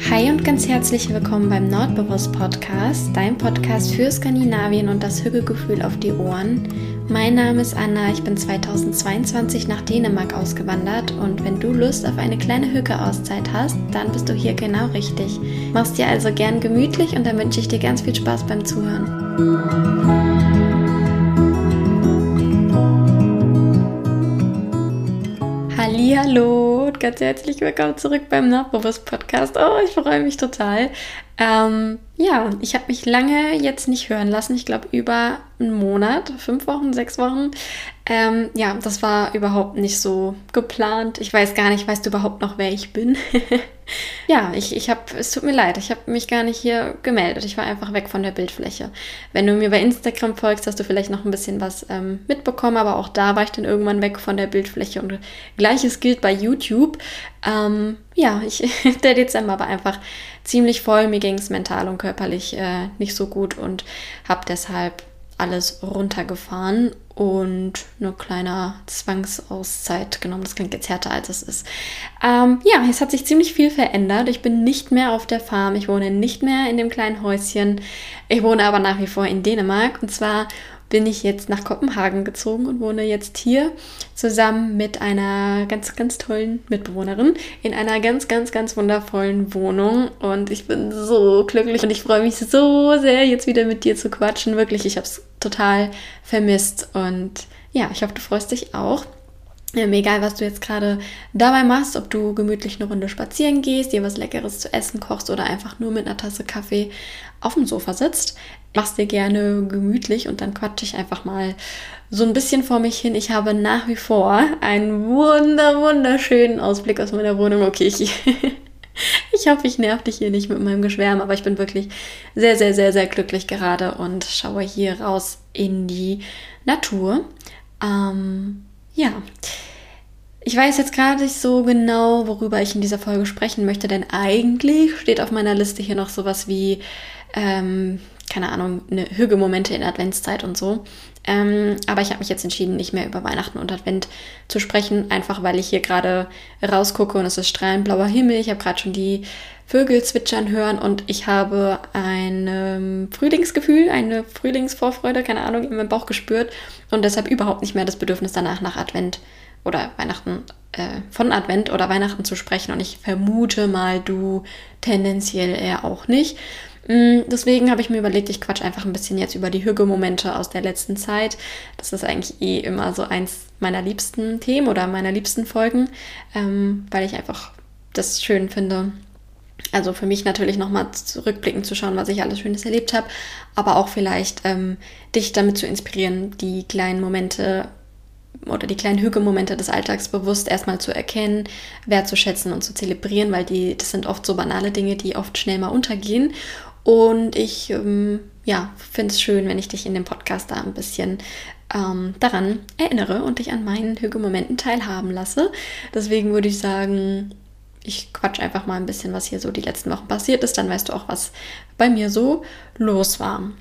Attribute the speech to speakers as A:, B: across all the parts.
A: Hi und ganz herzlich willkommen beim Nordbewusst Podcast, dein Podcast für Skandinavien und das Hügelgefühl auf die Ohren. Mein Name ist Anna, ich bin 2022 nach Dänemark ausgewandert und wenn du Lust auf eine kleine Hüge-Auszeit hast, dann bist du hier genau richtig. Mach's dir also gern gemütlich und dann wünsche ich dir ganz viel Spaß beim Zuhören. Hallihallo und ganz herzlich willkommen zurück beim Nordbewusst Podcast. Oh, ich freue mich total. Ich habe mich lange jetzt nicht hören lassen. Ich glaube über einen Monat, 5 Wochen, 6 Wochen. Das war überhaupt nicht so geplant. Ich weiß gar nicht, weißt du überhaupt noch, wer ich bin? Es tut mir leid, ich habe mich gar nicht hier gemeldet. Ich war einfach weg von der Bildfläche. Wenn du mir bei Instagram folgst, hast du vielleicht noch ein bisschen was mitbekommen, aber auch da war ich dann irgendwann weg von der Bildfläche und Gleiches gilt bei YouTube. Der Dezember war einfach ziemlich voll. Mir ging es mental und körperlich nicht so gut und habe deshalb alles runtergefahren und eine kleine Zwangsauszeit genommen. Das klingt jetzt härter, als es ist. Es hat sich ziemlich viel verändert. Ich bin nicht mehr auf der Farm. Ich wohne nicht mehr in dem kleinen Häuschen. Ich wohne aber nach wie vor in Dänemark. Und zwar bin ich jetzt nach Kopenhagen gezogen und wohne jetzt hier zusammen mit einer ganz, ganz tollen Mitbewohnerin in einer ganz, ganz, ganz wundervollen Wohnung. Und ich bin so glücklich und ich freue mich so sehr, jetzt wieder mit dir zu quatschen. Wirklich, ich habe es total vermisst. Und ja, ich hoffe, du freust dich auch. Mir egal, was du jetzt gerade dabei machst, ob du gemütlich eine Runde spazieren gehst, dir was Leckeres zu essen kochst oder einfach nur mit einer Tasse Kaffee auf dem Sofa sitzt, mach's dir gerne gemütlich und dann quatsche ich einfach mal so ein bisschen vor mich hin. Ich habe nach wie vor einen wunderschönen Ausblick aus meiner Wohnung. Okay, ich hoffe, ich nerv dich hier nicht mit meinem Geschwärm, aber ich bin wirklich sehr, sehr, sehr, sehr glücklich gerade und schaue hier raus in die Natur. Ich weiß jetzt gerade nicht so genau, worüber ich in dieser Folge sprechen möchte, denn eigentlich steht auf meiner Liste hier noch sowas wie, keine Ahnung, eine Hüge-Momente in Adventszeit und so. Aber ich habe mich jetzt entschieden, nicht mehr über Weihnachten und Advent zu sprechen, einfach weil ich hier gerade rausgucke und es ist strahlend blauer Himmel. Ich habe gerade schon die Vögel zwitschern hören und ich habe ein Frühlingsgefühl, eine Frühlingsvorfreude, keine Ahnung, in meinem Bauch gespürt und deshalb überhaupt nicht mehr das Bedürfnis danach nach Advent oder Weihnachten, von Advent oder Weihnachten zu sprechen und ich vermute mal, du tendenziell eher auch nicht. Deswegen habe ich mir überlegt, ich quatsch einfach ein bisschen jetzt über die Hüge-Momente aus der letzten Zeit. Das ist eigentlich immer so eins meiner liebsten Themen oder meiner liebsten Folgen, weil ich einfach das schön finde. Also für mich natürlich nochmal zurückblickend zu schauen, was ich alles Schönes erlebt habe, aber auch vielleicht dich damit zu inspirieren, die kleinen Momente oder die kleinen Hüge-Momente des Alltags bewusst erstmal zu erkennen, wertzuschätzen und zu zelebrieren, weil das sind oft so banale Dinge, die oft schnell mal untergehen. Und ich finde es schön, wenn ich dich in dem Podcast da ein bisschen daran erinnere und dich an meinen Hüge-Momenten teilhaben lasse. Deswegen würde ich sagen, ich quatsch einfach mal ein bisschen, was hier so die letzten Wochen passiert ist. Dann weißt du auch, was bei mir so los war.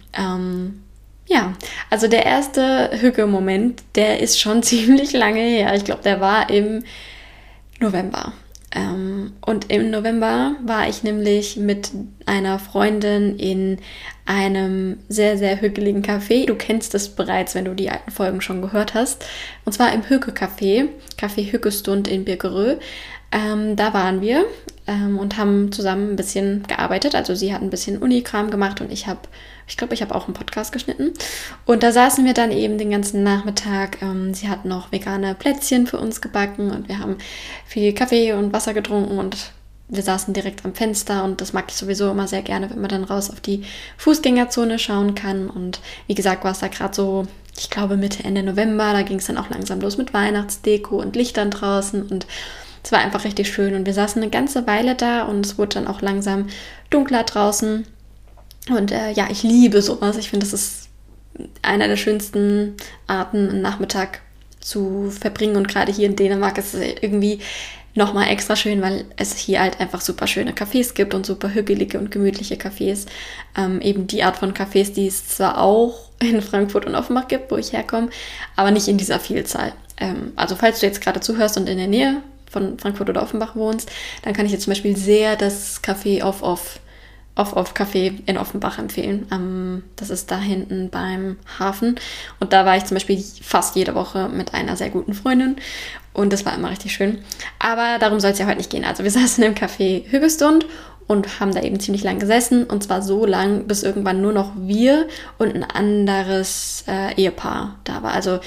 A: Also der erste Hüge-Moment, der ist schon ziemlich lange her. Ich glaube, der war im November. Und im November war ich nämlich mit einer Freundin in einem sehr, sehr hügeligen Café. Du kennst es bereits, wenn du die alten Folgen schon gehört hast. Und zwar im Hüge-Café, Café Hyggestund in Birkerø. Da waren wir und haben zusammen ein bisschen gearbeitet. Also sie hat ein bisschen Unikram gemacht und ich glaube, ich habe auch einen Podcast geschnitten. Und da saßen wir dann eben den ganzen Nachmittag. Sie hat noch vegane Plätzchen für uns gebacken und wir haben viel Kaffee und Wasser getrunken und wir saßen direkt am Fenster und das mag ich sowieso immer sehr gerne, wenn man dann raus auf die Fußgängerzone schauen kann. Und wie gesagt, war es da gerade so, ich glaube Mitte, Ende November, da ging es dann auch langsam los mit Weihnachtsdeko und Lichtern draußen und es war einfach richtig schön und wir saßen eine ganze Weile da und es wurde dann auch langsam dunkler draußen. Und ich liebe sowas. Ich finde, das ist einer der schönsten Arten, einen Nachmittag zu verbringen. Und gerade hier in Dänemark ist es irgendwie nochmal extra schön, weil es hier halt einfach super schöne Cafés gibt und super hügelige und gemütliche Cafés. Eben die Art von Cafés, die es zwar auch in Frankfurt und Offenbach gibt, wo ich herkomme, aber nicht in dieser Vielzahl. Also falls du jetzt gerade zuhörst und in der Nähe von Frankfurt oder Offenbach wohnst, dann kann ich dir zum Beispiel sehr das Café Off-Off-Café in Offenbach empfehlen. Das ist da hinten beim Hafen. Und da war ich zum Beispiel fast jede Woche mit einer sehr guten Freundin. Und das war immer richtig schön. Aber darum soll es ja heute nicht gehen. Also wir saßen im Café Hügestund und haben da eben ziemlich lang gesessen. Und zwar so lang, bis irgendwann nur noch wir und ein anderes Ehepaar da war. Also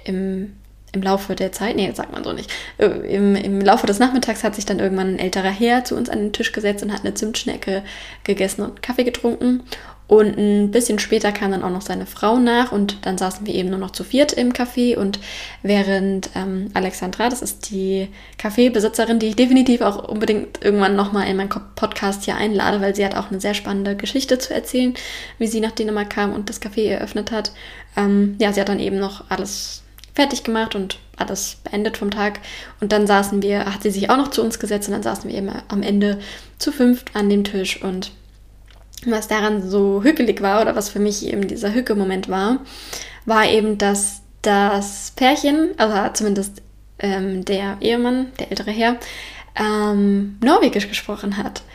A: im Laufe der Zeit, nee, das sagt man so nicht, im Laufe des Nachmittags hat sich dann irgendwann ein älterer Herr zu uns an den Tisch gesetzt und hat eine Zimtschnecke gegessen und Kaffee getrunken. Und ein bisschen später kam dann auch noch seine Frau nach und dann saßen wir eben nur noch zu viert im Café. Und während Alexandra, das ist die Kaffeebesitzerin, die ich definitiv auch unbedingt irgendwann nochmal in meinen Podcast hier einlade, weil sie hat auch eine sehr spannende Geschichte zu erzählen, wie sie nach Dänemark kam und das Café eröffnet hat. Sie hat dann eben noch alles fertig gemacht und alles beendet vom Tag. Und dann hat sie sich auch noch zu uns gesetzt und dann saßen wir eben am Ende zu 5 an dem Tisch. Und was daran so hügelig war oder was für mich eben dieser Hücke-Moment war eben, dass das Pärchen, also zumindest der Ehemann, der ältere Herr, Norwegisch gesprochen hat.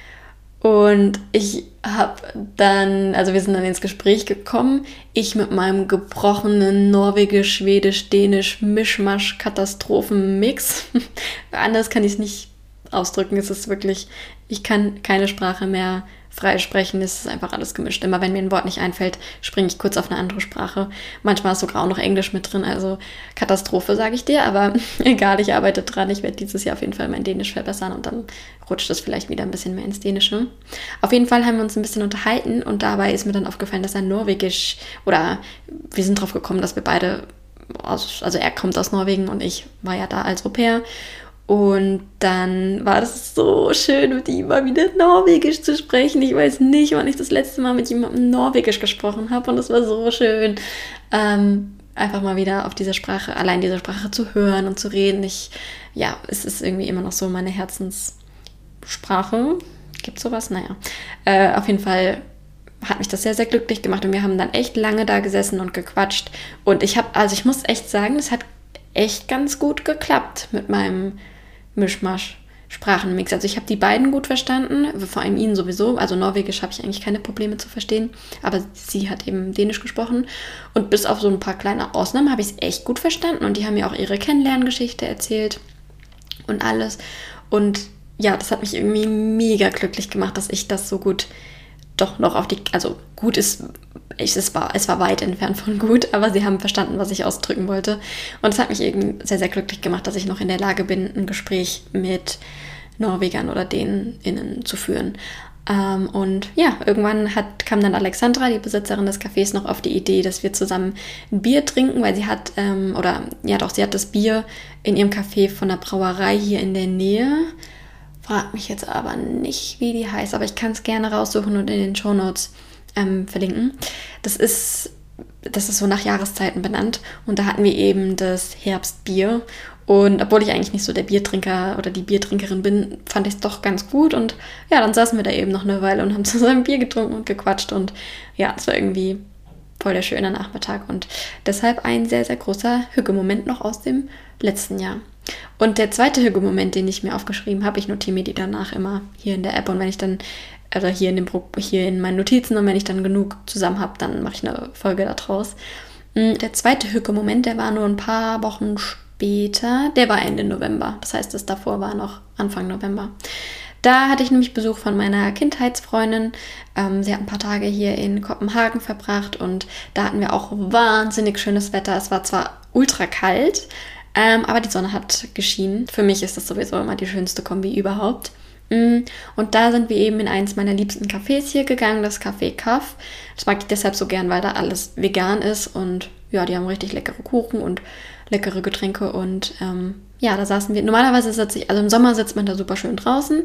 A: Und ich habe dann, also wir sind dann ins Gespräch gekommen, ich mit meinem gebrochenen Norwegisch, Schwedisch, Dänisch, Mischmasch, Katastrophen-Mix. Anders kann ich es nicht ausdrücken, es ist wirklich, ich kann keine Sprache mehr frei sprechen, es ist einfach alles gemischt. Immer wenn mir ein Wort nicht einfällt, springe ich kurz auf eine andere Sprache. Manchmal ist sogar auch noch Englisch mit drin, also Katastrophe, sage ich dir, aber egal, ich arbeite dran. Ich werde dieses Jahr auf jeden Fall mein Dänisch verbessern und dann rutscht es vielleicht wieder ein bisschen mehr ins Dänische. Auf jeden Fall haben wir uns ein bisschen unterhalten und dabei ist mir dann aufgefallen, dass er Norwegisch, oder wir sind drauf gekommen, dass wir beide, also er kommt aus Norwegen und ich war ja da als Au-pair. Und dann war das so schön, mit ihm mal wieder Norwegisch zu sprechen. Ich weiß nicht, wann ich das letzte Mal mit jemandem Norwegisch gesprochen habe. Und es war so schön, einfach mal wieder auf diese Sprache, allein diese Sprache zu hören und zu reden. Es ist irgendwie immer noch so meine Herzenssprache. Gibt's sowas? Naja. Auf jeden Fall hat mich das sehr, sehr glücklich gemacht. Und wir haben dann echt lange da gesessen und gequatscht. Und ich muss echt sagen, es hat echt ganz gut geklappt mit meinem Mischmasch-Sprachenmix. Also ich habe die beiden gut verstanden, vor allem ihn sowieso. Also Norwegisch habe ich eigentlich keine Probleme zu verstehen, aber sie hat eben Dänisch gesprochen. Und bis auf so ein paar kleine Ausnahmen habe ich es echt gut verstanden. Und die haben mir auch ihre Kennenlerngeschichte erzählt und alles. Und ja, das hat mich irgendwie mega glücklich gemacht, dass ich das so gut doch noch gut ist, es war weit entfernt von gut, aber sie haben verstanden, was ich ausdrücken wollte. Und es hat mich eben sehr, sehr glücklich gemacht, dass ich noch in der Lage bin, ein Gespräch mit Norwegern oder DänInnen zu führen. Und ja, irgendwann kam dann Alexandra, die Besitzerin des Cafés, noch auf die Idee, dass wir zusammen ein Bier trinken, weil sie hat das Bier in ihrem Café von der Brauerei hier in der Nähe. Frag mich jetzt aber nicht, wie die heißt, aber ich kann es gerne raussuchen und in den Shownotes verlinken. Das ist so nach Jahreszeiten benannt und da hatten wir eben das Herbstbier und obwohl ich eigentlich nicht so der Biertrinker oder die Biertrinkerin bin, fand ich es doch ganz gut und ja, dann saßen wir da eben noch eine Weile und haben zusammen Bier getrunken und gequatscht und ja, es war irgendwie voll der schöne Nachmittag und deshalb ein sehr, sehr großer Hügge-Moment noch aus dem letzten Jahr. Und der zweite Hügge-Moment, den ich mir aufgeschrieben habe, ich notiere mir die danach immer hier in der App und wenn ich dann, also hier in meinen Notizen und wenn ich dann genug zusammen habe, dann mache ich eine Folge daraus. Der zweite Hügge-Moment, der war nur ein paar Wochen später, der war Ende November, das heißt, das davor war noch Anfang November. Da hatte ich nämlich Besuch von meiner Kindheitsfreundin. Sie hat ein paar Tage hier in Kopenhagen verbracht und da hatten wir auch wahnsinnig schönes Wetter. Es war zwar ultra kalt, aber die Sonne hat geschienen. Für mich ist das sowieso immer die schönste Kombi überhaupt. Und da sind wir eben in eins meiner liebsten Cafés hier gegangen, das Café Kaff. Das mag ich deshalb so gern, weil da alles vegan ist und ja, die haben richtig leckere Kuchen und leckere Getränke und da saßen wir, normalerweise im Sommer sitzt man da super schön draußen,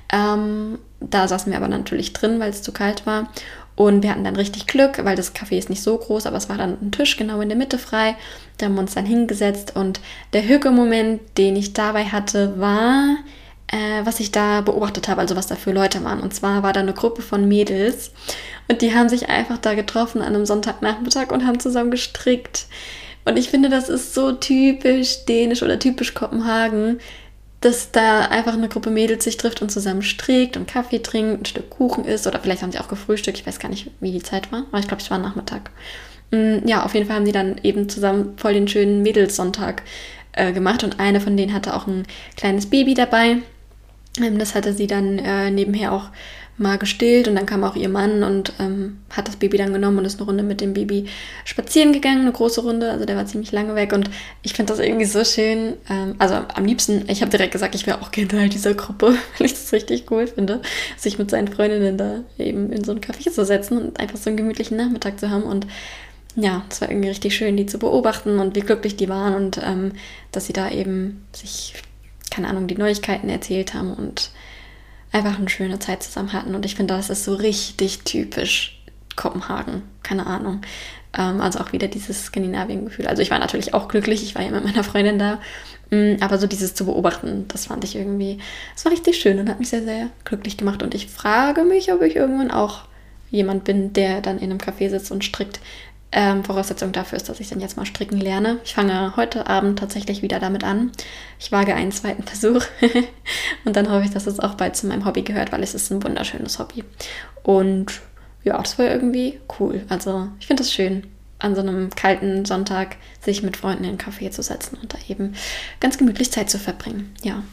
A: da saßen wir aber natürlich drin, weil es zu kalt war und wir hatten dann richtig Glück, weil das Café ist nicht so groß, aber es war dann ein Tisch genau in der Mitte frei, da haben wir uns dann hingesetzt und der Hügge-Moment, den ich dabei hatte, war, was ich da beobachtet habe, also was da für Leute waren und zwar war da eine Gruppe von Mädels und die haben sich einfach da getroffen an einem Sonntagnachmittag und haben zusammen gestrickt. Und ich finde, das ist so typisch dänisch oder typisch Kopenhagen. dass da einfach eine Gruppe Mädels sich trifft und zusammen strickt und Kaffee trinkt, ein Stück Kuchen isst oder vielleicht haben sie auch gefrühstückt, ich weiß gar nicht, wie die Zeit war, aber ich glaube, es war Nachmittag. Ja, auf jeden Fall haben die dann eben zusammen voll den schönen Mädelssonntag gemacht und eine von denen hatte auch ein kleines Baby dabei. Das hatte sie dann nebenher auch mal gestillt und dann kam auch ihr Mann und hat das Baby dann genommen und ist eine Runde mit dem Baby spazieren gegangen, eine große Runde, also der war ziemlich lange weg und ich finde das irgendwie so schön, also am liebsten, ich habe direkt gesagt, ich wäre auch gerne Teil dieser Gruppe, weil ich das richtig cool finde, sich mit seinen Freundinnen da eben in so ein Café zu setzen und einfach so einen gemütlichen Nachmittag zu haben und ja, es war irgendwie richtig schön, die zu beobachten und wie glücklich die waren und dass sie da eben sich, keine Ahnung, die Neuigkeiten erzählt haben und einfach eine schöne Zeit zusammen hatten. Und ich finde, das ist so richtig typisch Kopenhagen. Keine Ahnung. Also auch wieder dieses Skandinavien-Gefühl. Also ich war natürlich auch glücklich, ich war ja mit meiner Freundin da. Aber so dieses zu beobachten, das fand ich irgendwie, das war richtig schön und hat mich sehr, sehr glücklich gemacht. Und ich frage mich, ob ich irgendwann auch jemand bin, der dann in einem Café sitzt und strickt. Voraussetzung dafür ist, dass ich dann jetzt mal stricken lerne. Ich fange heute Abend tatsächlich wieder damit an. Ich wage einen zweiten Versuch und dann hoffe ich, dass es auch bald zu meinem Hobby gehört, weil es ist ein wunderschönes Hobby. Und ja, das war irgendwie cool. Also ich finde es schön, an so einem kalten Sonntag sich mit Freunden in einen Café zu setzen und da eben ganz gemütlich Zeit zu verbringen. Ja.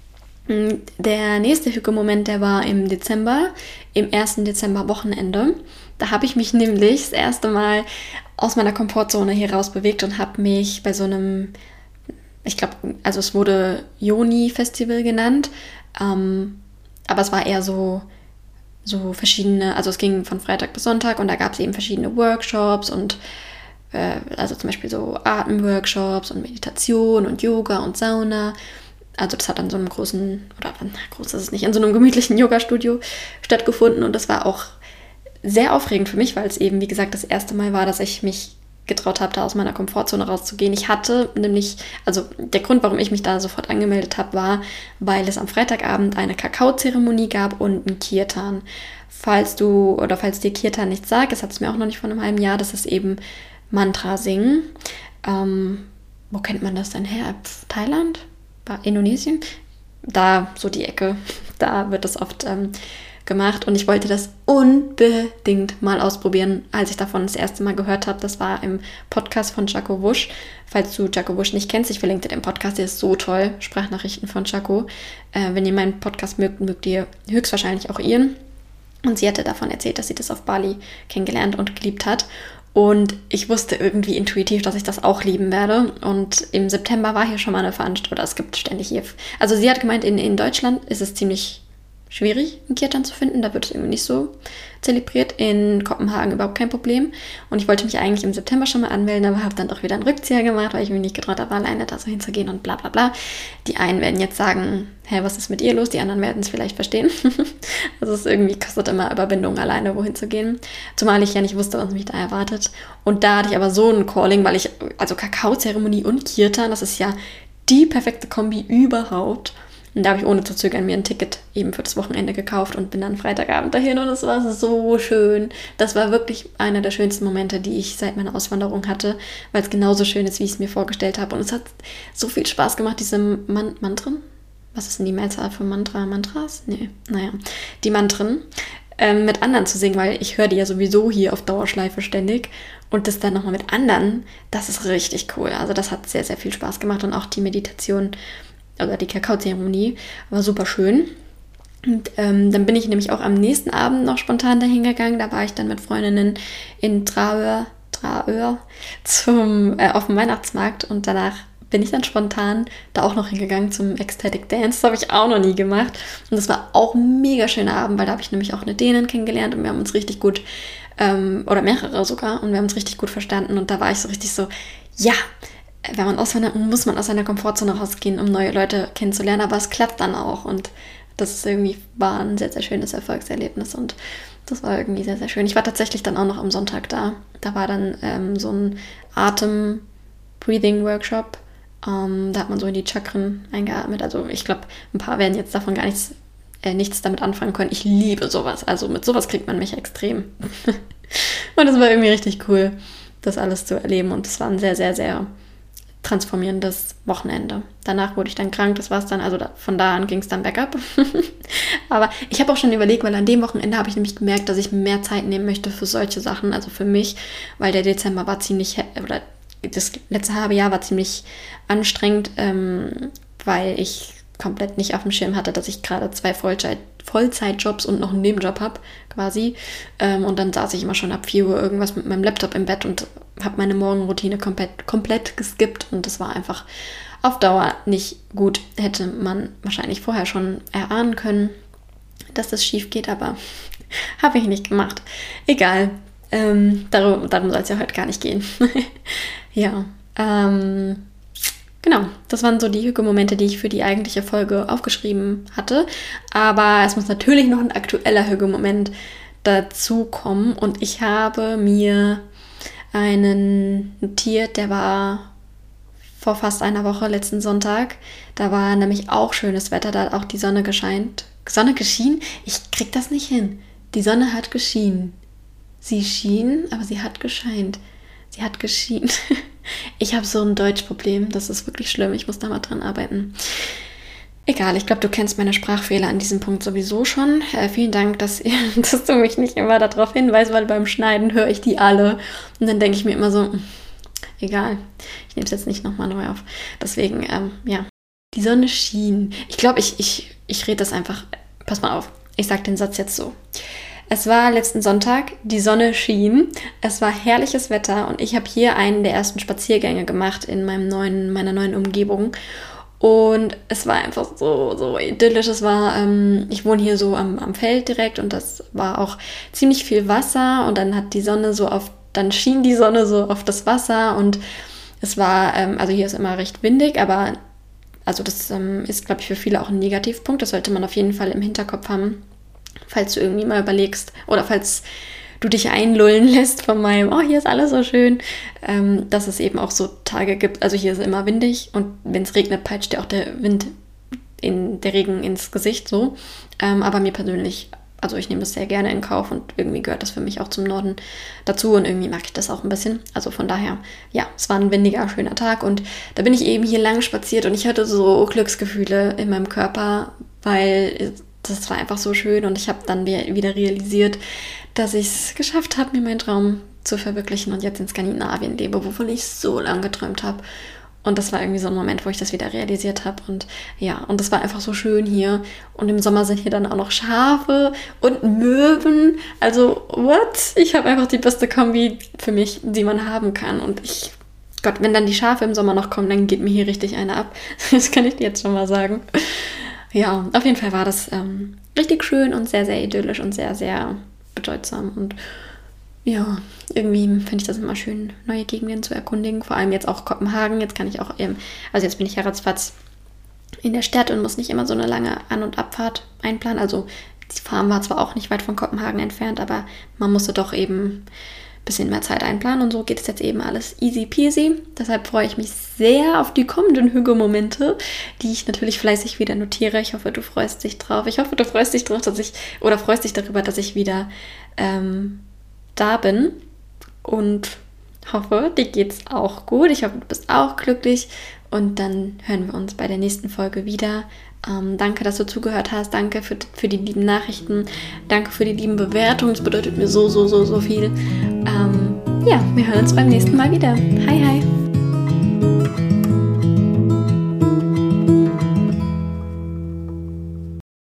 A: Der nächste Hüge-Moment, der war im Dezember, im 1. Dezember-Wochenende. Da habe ich mich nämlich das erste Mal aus meiner Komfortzone hier raus bewegt und habe mich bei so einem, ich glaube, also es wurde Joni-Festival genannt, aber es war eher so verschiedene, also es ging von Freitag bis Sonntag und da gab es eben verschiedene Workshops und also zum Beispiel so Atemworkshops und Meditation und Yoga und Sauna. Also das hat an so einem großen, oder groß ist es nicht, in so einem gemütlichen Yoga-Studio stattgefunden und das war auch sehr aufregend für mich, weil es eben, wie gesagt, das erste Mal war, dass ich mich getraut habe, da aus meiner Komfortzone rauszugehen. Ich hatte nämlich, also der Grund, warum ich mich da sofort angemeldet habe, war, weil es am Freitagabend eine Kakaozeremonie gab und ein Kirtan. Falls dir Kirtan nichts sagt, das hat es mir auch noch nicht vor einem halben Jahr, das ist eben Mantra singen. Wo kennt man das denn her? Thailand? Indonesien? Da, so die Ecke, da wird das oft gemacht und ich wollte das unbedingt mal ausprobieren, als ich davon das erste Mal gehört habe. Das war im Podcast von Jaco Wusch. Falls du Jaco Wusch nicht kennst, ich verlinke dir den Podcast, der ist so toll. Sprachnachrichten von Jaco. Wenn ihr meinen Podcast mögt ihr höchstwahrscheinlich auch ihren. Und sie hatte davon erzählt, dass sie das auf Bali kennengelernt und geliebt hat. Und ich wusste irgendwie intuitiv, dass ich das auch lieben werde. Und im September war hier schon mal eine Veranstaltung, oder es gibt ständig hier. Also sie hat gemeint, in Deutschland ist es ziemlich schwierig, einen Kirtan zu finden. Da wird es irgendwie nicht so zelebriert. In Kopenhagen überhaupt kein Problem. Und ich wollte mich eigentlich im September schon mal anmelden, aber habe dann doch wieder einen Rückzieher gemacht, weil ich mich nicht getraut habe, alleine da so hinzugehen und bla bla bla. Die einen werden jetzt sagen, hä, was ist mit ihr los? Die anderen werden es vielleicht verstehen. Also es irgendwie kostet immer Überwindung, alleine wohin zu gehen. Zumal ich ja nicht wusste, was mich da erwartet. Und da hatte ich aber so ein Calling, weil also Kakaozeremonie und Kirtan, das ist ja die perfekte Kombi überhaupt. Und da habe ich ohne zu zögern mir ein Ticket eben für das Wochenende gekauft und bin dann Freitagabend dahin und es war so schön. Das war wirklich einer der schönsten Momente, die ich seit meiner Auswanderung hatte, weil es genauso schön ist, wie ich es mir vorgestellt habe. Und es hat so viel Spaß gemacht, diese Mantren. Was ist denn die Mehrzahl für Mantras? Nee, naja, die Mantren mit anderen zu singen, weil ich höre die ja sowieso hier auf Dauerschleife ständig. Und das dann nochmal mit anderen, das ist richtig cool. Also das hat sehr, sehr viel Spaß gemacht und auch die Meditation oder die Kakaozeremonie war super schön. Und dann bin ich nämlich auch am nächsten Abend noch spontan dahin gegangen. Da war ich dann mit Freundinnen in Dragør auf dem Weihnachtsmarkt und danach bin ich dann spontan da auch noch hingegangen zum Ecstatic Dance. Das habe ich auch noch nie gemacht. Und das war auch ein mega schöner Abend, weil da habe ich nämlich auch eine Dänin kennengelernt und wir haben uns richtig gut, oder mehrere sogar, und wir haben uns richtig gut verstanden. Und da war ich so richtig so, ja, wenn man auswandert, muss man aus seiner Komfortzone rausgehen, um neue Leute kennenzulernen, aber es klappt dann auch und das ist war ein sehr, sehr schönes Erfolgserlebnis und das war irgendwie sehr, sehr schön. Ich war tatsächlich dann auch noch am Sonntag da. Da war dann so ein Atem-Breathing-Workshop. Da hat man so in die Chakren eingeatmet. Also ich glaube, ein paar werden jetzt davon gar nichts damit anfangen können. Ich liebe sowas. Also mit sowas kriegt man mich extrem. Und es war irgendwie richtig cool, das alles zu erleben und es war ein sehr, sehr, sehr transformierendes Wochenende. Danach wurde ich dann krank, das war's dann, also von da an ging es dann bergab. Aber ich habe auch schon überlegt, weil an dem Wochenende habe ich nämlich gemerkt, dass ich mehr Zeit nehmen möchte für solche Sachen, also für mich, weil der Dezember war oder das letzte halbe Jahr war ziemlich anstrengend, weil ich komplett nicht auf dem Schirm hatte, dass ich gerade 2 Vollzeitjobs und noch einen Nebenjob habe, quasi. Und dann saß ich immer schon ab 4 Uhr irgendwas mit meinem Laptop im Bett und habe meine Morgenroutine komplett geskippt. Und das war einfach auf Dauer nicht gut. Hätte man wahrscheinlich vorher schon erahnen können, dass das schief geht, aber habe ich nicht gemacht. Egal. Darum soll es ja heute gar nicht gehen. Ja, genau, das waren so die Hüge-Momente, die ich für die eigentliche Folge aufgeschrieben hatte. Aber es muss natürlich noch ein aktueller Hüge-Moment dazu kommen. Und ich habe mir einen notiert, der war vor fast einer Woche, letzten Sonntag. Da war nämlich auch schönes Wetter, da hat auch die Sonne gescheint. Sonne geschienen? Ich krieg das nicht hin. Die Sonne hat geschienen. Sie schien, aber sie hat gescheint. Sie hat geschienen. Ich habe so ein Deutschproblem. Das ist wirklich schlimm. Ich muss da mal dran arbeiten. Egal, ich glaube, du kennst meine Sprachfehler an diesem Punkt sowieso schon. Vielen Dank, dass du mich nicht immer darauf hinweist, weil beim Schneiden höre ich die alle. Und dann denke ich mir immer so, egal, ich nehme es jetzt nicht nochmal neu auf. Deswegen, ja, die Sonne schien. Ich glaube, ich rede das einfach. Pass mal auf, ich sage den Satz jetzt so. Es war letzten Sonntag, die Sonne schien, es war herrliches Wetter und ich habe hier einen der ersten Spaziergänge gemacht in meiner neuen Umgebung und es war einfach so idyllisch. Es war, ich wohne hier so am Feld direkt und das war auch ziemlich viel Wasser und dann dann schien die Sonne so auf das Wasser und es war, also hier ist immer recht windig, aber also das ist, glaube ich, für viele auch ein Negativpunkt. Das sollte man auf jeden Fall im Hinterkopf haben, falls du irgendwie mal überlegst oder falls du dich einlullen lässt von meinem, oh, hier ist alles so schön, dass es eben auch so Tage gibt, also hier ist immer windig und wenn es regnet, peitscht dir auch der Regen ins Gesicht so, aber mir persönlich, also ich nehme das sehr gerne in Kauf und irgendwie gehört das für mich auch zum Norden dazu und irgendwie mag ich das auch ein bisschen, also von daher, ja, es war ein windiger, schöner Tag und da bin ich eben hier lang spaziert und ich hatte so Glücksgefühle in meinem Körper, weil das war einfach so schön und ich habe dann wieder realisiert, dass ich es geschafft habe, mir meinen Traum zu verwirklichen und jetzt in Skandinavien lebe, wovon ich so lange geträumt habe. Und das war irgendwie so ein Moment, wo ich das wieder realisiert habe. Und ja, und das war einfach so schön hier. Und im Sommer sind hier dann auch noch Schafe und Möwen. Also, what? Ich habe einfach die beste Kombi für mich, die man haben kann. Und Gott, wenn dann die Schafe im Sommer noch kommen, dann geht mir hier richtig eine ab. Das kann ich dir jetzt schon mal sagen. Ja, auf jeden Fall war das richtig schön und sehr, sehr idyllisch und sehr, sehr bedeutsam. Und ja, irgendwie finde ich das immer schön, neue Gegenden zu erkundigen. Vor allem jetzt auch Kopenhagen. Jetzt kann ich auch also jetzt bin ich ja ratzfatz in der Stadt und muss nicht immer so eine lange An- und Abfahrt einplanen. Also die Farm war zwar auch nicht weit von Kopenhagen entfernt, aber man musste doch eben bisschen mehr Zeit einplanen und so geht es jetzt eben alles easy peasy. Deshalb freue ich mich sehr auf die kommenden Hüge-Momente, die ich natürlich fleißig wieder notiere. Ich hoffe, du freust dich drauf. Ich hoffe, du freust dich drauf, freust dich darüber, dass ich wieder da bin und hoffe, dir geht's auch gut. Ich hoffe, du bist auch glücklich und dann hören wir uns bei der nächsten Folge wieder. Danke, dass du zugehört hast. Danke für die lieben Nachrichten. Danke für die lieben Bewertungen. Es bedeutet mir so viel. Ja, wir hören uns beim nächsten Mal wieder. Hi, hi.